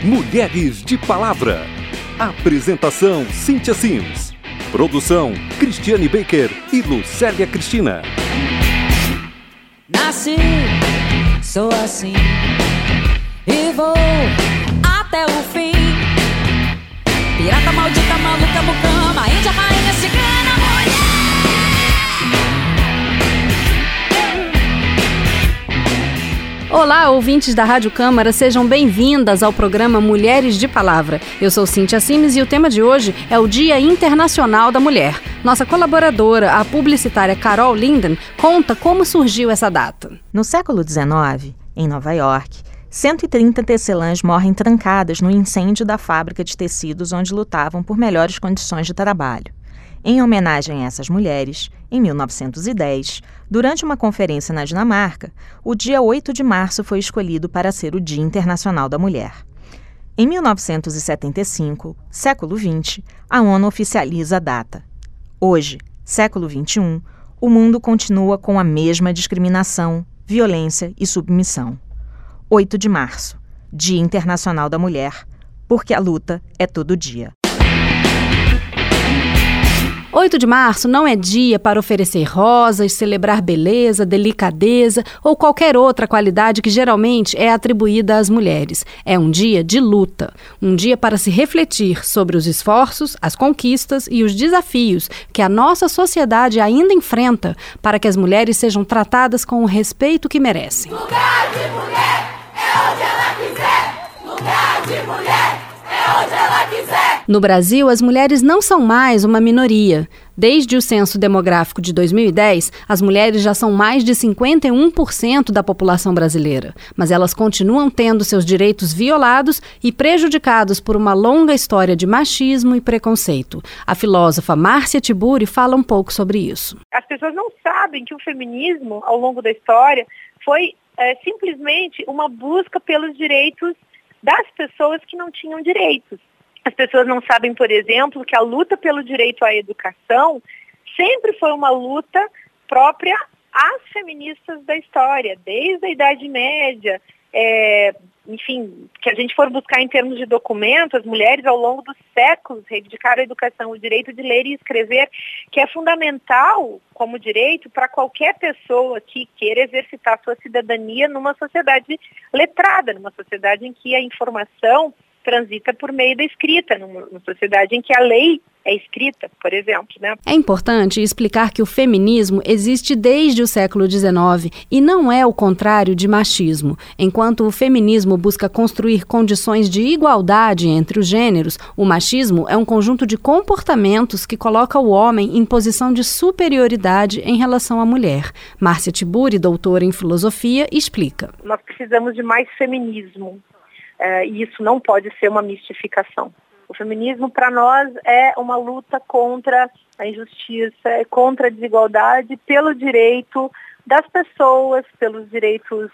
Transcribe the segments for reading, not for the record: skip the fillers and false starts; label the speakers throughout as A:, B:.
A: Mulheres de Palavra. Apresentação: Cíntia Sims. Produção: Cristiane Baker e Lucélia Cristina.
B: Nasci, sou assim e vou até o fim. Pirata maldita, maluca, mucama, índia, rainha, cigana, mulher.
C: Olá, ouvintes da Rádio Câmara, sejam bem-vindas ao programa Mulheres de Palavra. Eu sou Cíntia Sims e o tema de hoje é o Dia Internacional da Mulher. Nossa colaboradora, a publicitária Carol Linden, conta como surgiu essa data.
D: No século XIX, em Nova York, 130 tecelãs morrem trancadas no incêndio da fábrica de tecidos onde lutavam por melhores condições de trabalho. Em homenagem a essas mulheres, em 1910, durante uma conferência na Dinamarca, o dia 8 de março foi escolhido para ser o Dia Internacional da Mulher. Em 1975, século XX, a ONU oficializa a data. Hoje, século XXI, o mundo continua com a mesma discriminação, violência e submissão. 8 de março, Dia Internacional da Mulher, porque a luta é todo dia.
C: 8 de março não é dia para oferecer rosas, celebrar beleza, delicadeza ou qualquer outra qualidade que geralmente é atribuída às mulheres. É um dia de luta, um dia para se refletir sobre os esforços, as conquistas e os desafios que a nossa sociedade ainda enfrenta para que as mulheres sejam tratadas com o respeito que merecem.
E: Lugar de mulher é onde ela quiser. Lugar de mulher é onde ela quiser.
C: No Brasil, as mulheres não são mais uma minoria. Desde o censo demográfico de 2010, as mulheres já são mais de 51% da população brasileira. Mas elas continuam tendo seus direitos violados e prejudicados por uma longa história de machismo e preconceito. A filósofa Márcia Tiburi fala um pouco sobre isso.
F: As pessoas não sabem que o feminismo, ao longo da história, foi simplesmente uma busca pelos direitos das pessoas que não tinham direitos. As pessoas não sabem, por exemplo, que a luta pelo direito à educação sempre foi uma luta própria às feministas da história, desde a Idade Média. Enfim, que a gente for buscar em termos de documentos, as mulheres ao longo dos séculos reivindicaram a educação, o direito de ler e escrever, que é fundamental como direito para qualquer pessoa que queira exercitar sua cidadania numa sociedade letrada, numa sociedade em que a informação transita por meio da escrita, numa sociedade em que a lei é escrita, por exemplo, né?
C: É importante explicar que o feminismo existe desde o século XIX e não é o contrário de machismo. Enquanto o feminismo busca construir condições de igualdade entre os gêneros, o machismo é um conjunto de comportamentos que coloca o homem em posição de superioridade em relação à mulher. Márcia Tiburi, doutora em filosofia, explica.
F: Nós precisamos de mais feminismo. E isso não pode ser uma mistificação. O feminismo, para nós, é uma luta contra a injustiça, contra a desigualdade, pelo direito das pessoas, pelos direitos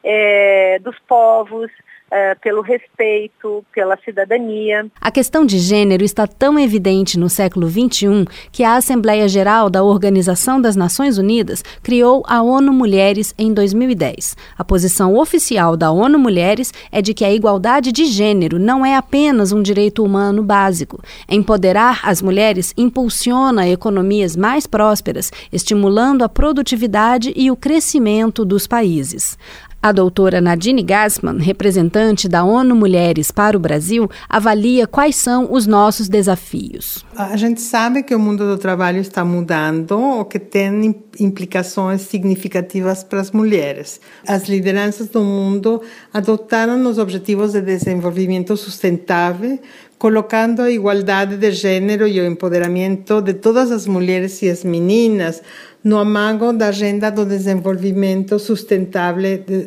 F: dos povos, pelo respeito, pela cidadania.
C: A questão de gênero está tão evidente no século XXI que a Assembleia Geral da Organização das Nações Unidas criou a ONU Mulheres em 2010. A posição oficial da ONU Mulheres é de que a igualdade de gênero não é apenas um direito humano básico. Empoderar as mulheres impulsiona economias mais prósperas, estimulando a produtividade e o crescimento dos países. A doutora Nadine Gassman, representante da ONU Mulheres para o Brasil, avalia quais são os nossos desafios.
G: A gente sabe que o mundo do trabalho está mudando, o que tem implicações significativas para as mulheres. As lideranças do mundo adotaram os Objetivos de Desenvolvimento Sustentável, colocando a igualdade de gênero e o empoderamento de todas as mulheres e as meninas no âmago da Agenda do Desenvolvimento Sustentável de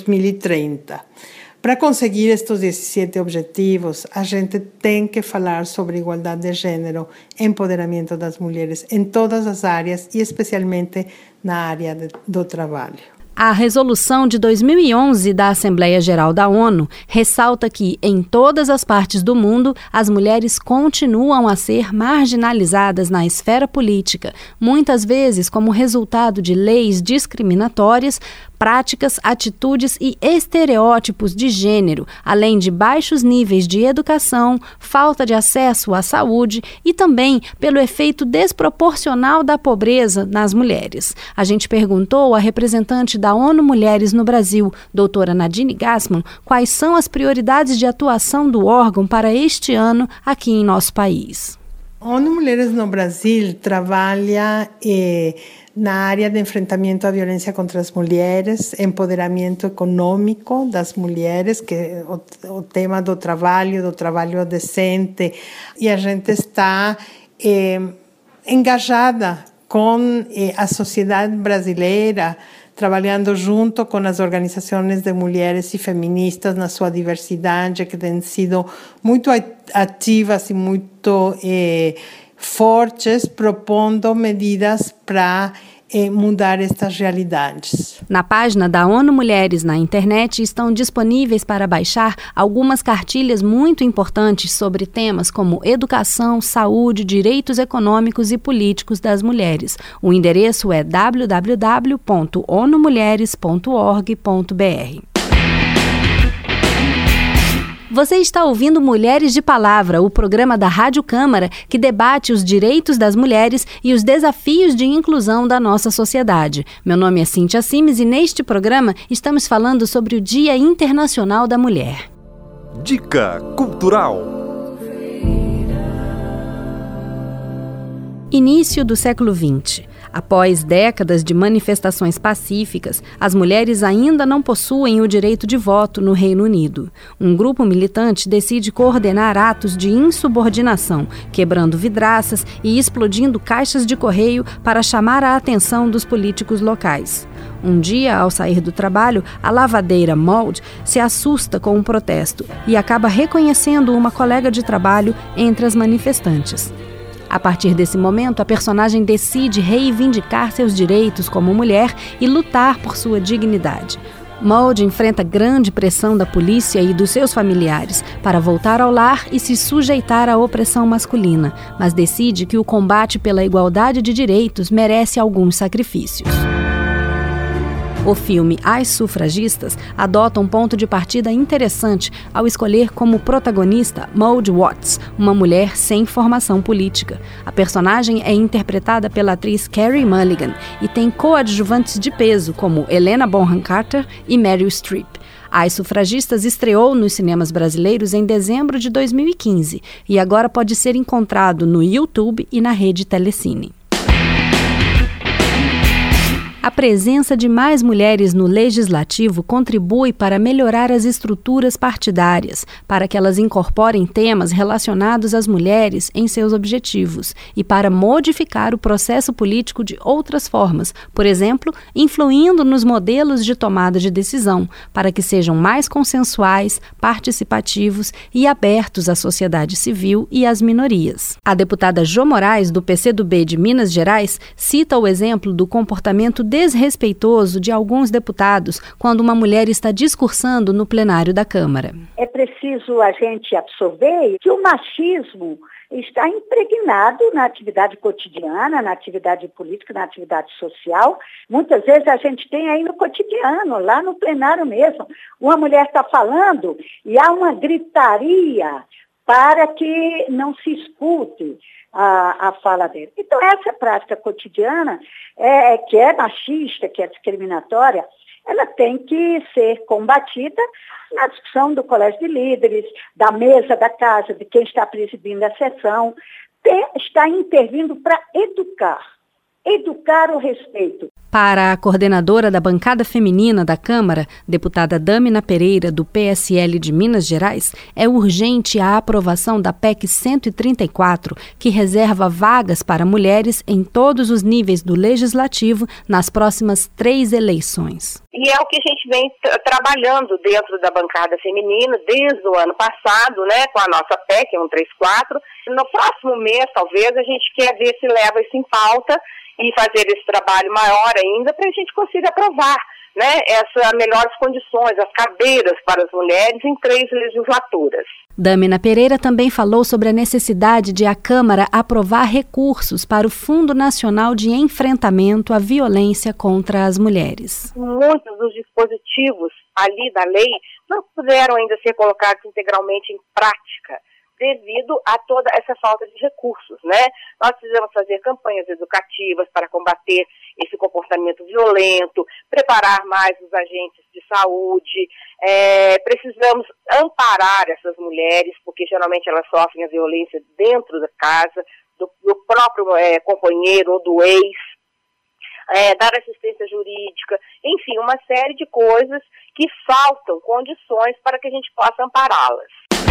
G: 2030. Para conseguir estes 17 objetivos, a gente tem que falar sobre igualdade de gênero, empoderamento das mulheres em todas as áreas e especialmente na área do trabalho.
C: A resolução de 2011 da Assembleia Geral da ONU ressalta que, em todas as partes do mundo, as mulheres continuam a ser marginalizadas na esfera política, muitas vezes como resultado de leis discriminatórias, práticas, atitudes e estereótipos de gênero, além de baixos níveis de educação, falta de acesso à saúde e também pelo efeito desproporcional da pobreza nas mulheres. A gente perguntou à representante da ONU Mulheres no Brasil, doutora Nadine Gassmann, quais são as prioridades de atuação do órgão para este ano aqui em nosso país.
G: A ONU Mulheres no Brasil trabalha na área de enfrentamento à violência contra as mulheres, empoderamento econômico das mulheres, que é o tema do trabalho decente, e a gente está engajada com a sociedade brasileira, trabalhando junto com as organizações de mulheres e feministas na sua diversidade, que têm sido muito ativas e muito fortes, propondo medidas para mudar estas realidades.
C: Na página da ONU Mulheres na internet estão disponíveis para baixar algumas cartilhas muito importantes sobre temas como educação, saúde, direitos econômicos e políticos das mulheres. O endereço é www.onumulheres.org.br. Você está ouvindo Mulheres de Palavra, o programa da Rádio Câmara que debate os direitos das mulheres e os desafios de inclusão da nossa sociedade. Meu nome é Cíntia Simes e neste programa estamos falando sobre o Dia Internacional da Mulher.
A: Dica Cultural.
C: Início do século XX. Após décadas de manifestações pacíficas, as mulheres ainda não possuem o direito de voto no Reino Unido. Um grupo militante decide coordenar atos de insubordinação, quebrando vidraças e explodindo caixas de correio para chamar a atenção dos políticos locais. Um dia, ao sair do trabalho, a lavadeira Maud se assusta com um protesto e acaba reconhecendo uma colega de trabalho entre as manifestantes. A partir desse momento, a personagem decide reivindicar seus direitos como mulher e lutar por sua dignidade. Maud enfrenta grande pressão da polícia e dos seus familiares para voltar ao lar e se sujeitar à opressão masculina, mas decide que o combate pela igualdade de direitos merece alguns sacrifícios. O filme As Sufragistas adota um ponto de partida interessante ao escolher como protagonista Maud Watts, uma mulher sem formação política. A personagem é interpretada pela atriz Carey Mulligan e tem coadjuvantes de peso como Helena Bonham Carter e Meryl Streep. As Sufragistas estreou nos cinemas brasileiros em dezembro de 2015 e agora pode ser encontrado no YouTube e na rede Telecine. A presença de mais mulheres no legislativo contribui para melhorar as estruturas partidárias, para que elas incorporem temas relacionados às mulheres em seus objetivos e para modificar o processo político de outras formas, por exemplo, influindo nos modelos de tomada de decisão, para que sejam mais consensuais, participativos e abertos à sociedade civil e às minorias. A deputada Jô Moraes, do PCdoB de Minas Gerais, cita o exemplo do comportamento desrespeitoso de alguns deputados quando uma mulher está discursando no plenário da Câmara.
H: É preciso a gente absorver que o machismo está impregnado na atividade cotidiana, na atividade política, na atividade social. Muitas vezes a gente tem aí no cotidiano, lá no plenário mesmo, uma mulher está falando e há uma gritaria para que não se escute a fala dele. Então, essa prática cotidiana, que é machista, que é discriminatória, ela tem que ser combatida na discussão do colégio de líderes, da mesa da casa, de quem está presidindo a sessão, está intervindo para educar o respeito.
C: Para a coordenadora da bancada feminina da Câmara, deputada Dâmina Pereira, do PSL de Minas Gerais, é urgente a aprovação da PEC 134, que reserva vagas para mulheres em todos os níveis do Legislativo nas próximas 3 eleições.
I: E é o que a gente vem trabalhando dentro da bancada feminina desde o ano passado, com a nossa PEC 134. No próximo mês, talvez, a gente quer ver se leva isso em pauta e fazer esse trabalho maior ainda para a gente consiga aprovar, né, essas melhores condições, as cadeiras para as mulheres em 3 legislaturas.
C: Dâmina Pereira também falou sobre a necessidade de a Câmara aprovar recursos para o Fundo Nacional de Enfrentamento à Violência contra as Mulheres.
I: Muitos dos dispositivos ali da lei não puderam ainda ser colocados integralmente em prática, devido a toda essa falta de recursos, né? Nós precisamos fazer campanhas educativas para combater esse comportamento violento, preparar mais os agentes de saúde, precisamos amparar essas mulheres, porque geralmente elas sofrem a violência dentro da casa, do próprio companheiro ou do ex, dar assistência jurídica, enfim, uma série de coisas que faltam condições para que a gente possa ampará-las.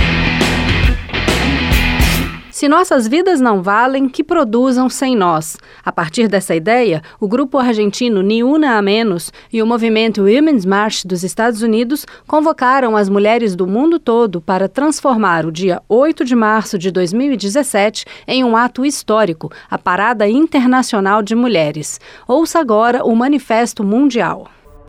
C: Se nossas vidas não valem, que produzam sem nós. A partir dessa ideia, o grupo argentino Ni Una a Menos e o movimento Women's March dos Estados Unidos convocaram as mulheres do mundo todo para transformar o dia 8 de março de 2017 em um ato histórico, a Parada Internacional de Mulheres. Ouça agora o Manifesto Mundial.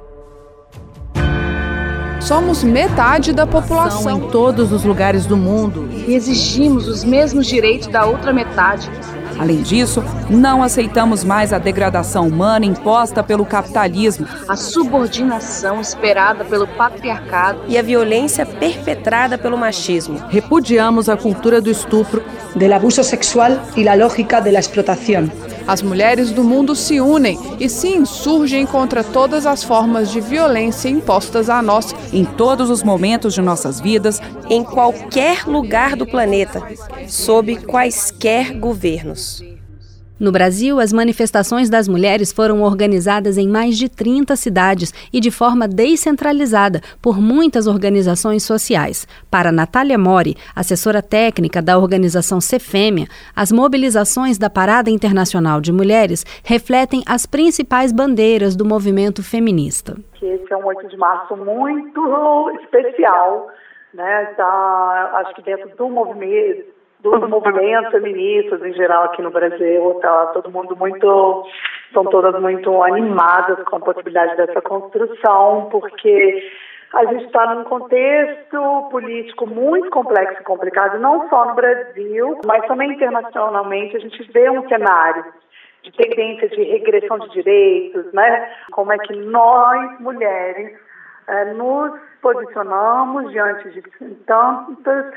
J: Somos metade da população
K: em todos os lugares do mundo e exigimos os mesmos direitos da outra metade.
L: Além disso, não aceitamos mais a degradação humana imposta pelo capitalismo,
K: a subordinação esperada pelo patriarcado
M: e a violência perpetrada pelo machismo.
N: Repudiamos a cultura do estupro,
O: do abuso sexual e a lógica da explotação.
J: As mulheres do mundo se unem e se insurgem contra todas as formas de violência impostas a nós
L: em todos os momentos de nossas vidas,
M: em qualquer lugar do planeta, sob quaisquer governos.
C: No Brasil, as manifestações das mulheres foram organizadas em mais de 30 cidades e de forma descentralizada por muitas organizações sociais. Para Natália Mori, assessora técnica da organização Cefêmea, as mobilizações da Parada Internacional de Mulheres refletem as principais bandeiras do movimento feminista.
P: Esse é um 8 de março muito especial, né? Acho que dentro do movimento, dos movimentos feministas em geral aqui no Brasil, tá todo mundo são todas muito animadas com a possibilidade dessa construção, porque a gente está num contexto político muito complexo e complicado, não só no Brasil, mas também internacionalmente. A gente vê um cenário de tendência de regressão de direitos, né? Como é que nós, mulheres, nos posicionamos diante de tantas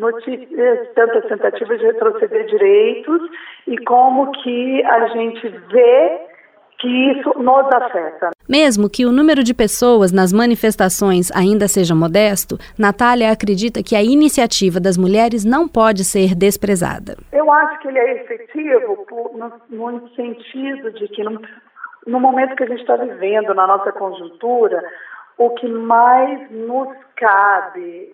P: tentativas de retroceder direitos e como que a gente vê que isso nos afeta.
C: Mesmo que o número de pessoas nas manifestações ainda seja modesto, Natália acredita que a iniciativa das mulheres não pode ser desprezada.
P: Eu acho que ele é efetivo no sentido de que no momento que a gente está vivendo, na nossa conjuntura, o que mais nos cabe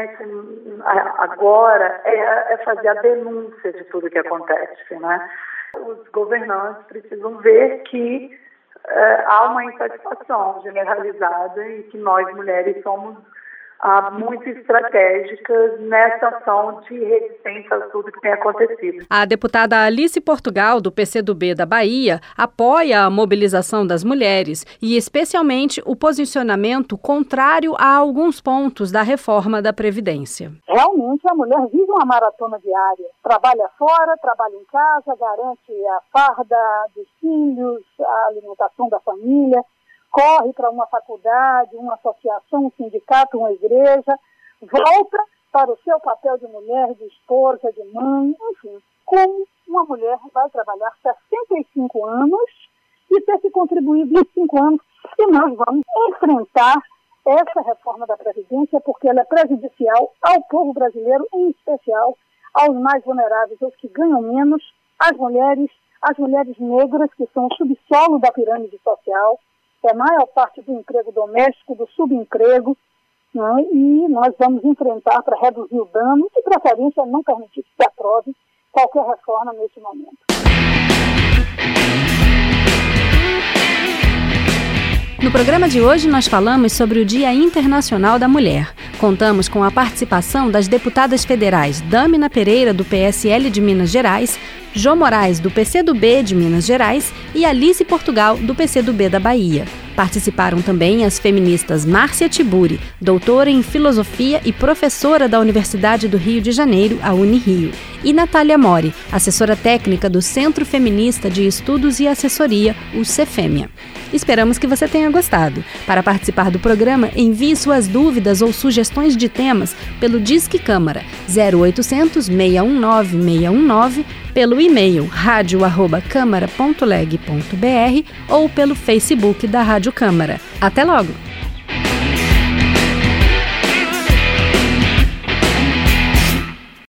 P: agora é fazer a denúncia de tudo que acontece, né? Os governantes precisam ver que há uma insatisfação generalizada e que nós, mulheres, somos muito estratégicas nessa ação de resistência a tudo que tem acontecido.
C: A deputada Alice Portugal, do PCdoB da Bahia, apoia a mobilização das mulheres e, especialmente, o posicionamento contrário a alguns pontos da reforma da Previdência.
Q: Realmente, a mulher vive uma maratona diária. Trabalha fora, trabalha em casa, garante a farda dos filhos, a alimentação da família, corre para uma faculdade, uma associação, um sindicato, uma igreja, volta para o seu papel de mulher, de esposa, de mãe, enfim. Como uma mulher vai trabalhar 65 anos e ter que contribuir 25 anos, e nós vamos enfrentar essa reforma da Previdência porque ela é prejudicial ao povo brasileiro, em especial aos mais vulneráveis, aos que ganham menos, as mulheres negras, que são o subsolo da pirâmide social, é a maior parte do emprego doméstico, do subemprego, né? E nós vamos enfrentar para reduzir o dano e, de preferência, não permitir que se aprove qualquer reforma nesse momento.
C: No programa de hoje, nós falamos sobre o Dia Internacional da Mulher. Contamos com a participação das deputadas federais Dâmina Pereira, do PSL de Minas Gerais, Jô Moraes, do PCdoB de Minas Gerais e Alice Portugal, do PCdoB da Bahia. Participaram também as feministas Márcia Tiburi, doutora em filosofia e professora da Universidade do Rio de Janeiro, a Unirio, e Natália Mori, assessora técnica do Centro Feminista de Estudos e Assessoria, o Cefêmea. Esperamos que você tenha gostado. Para participar do programa, envie suas dúvidas ou sugestões de temas pelo Disque Câmara 0800 619 619, pelo e-mail radio@câmara.leg.br ou pelo Facebook da Rádio Câmara. Até logo!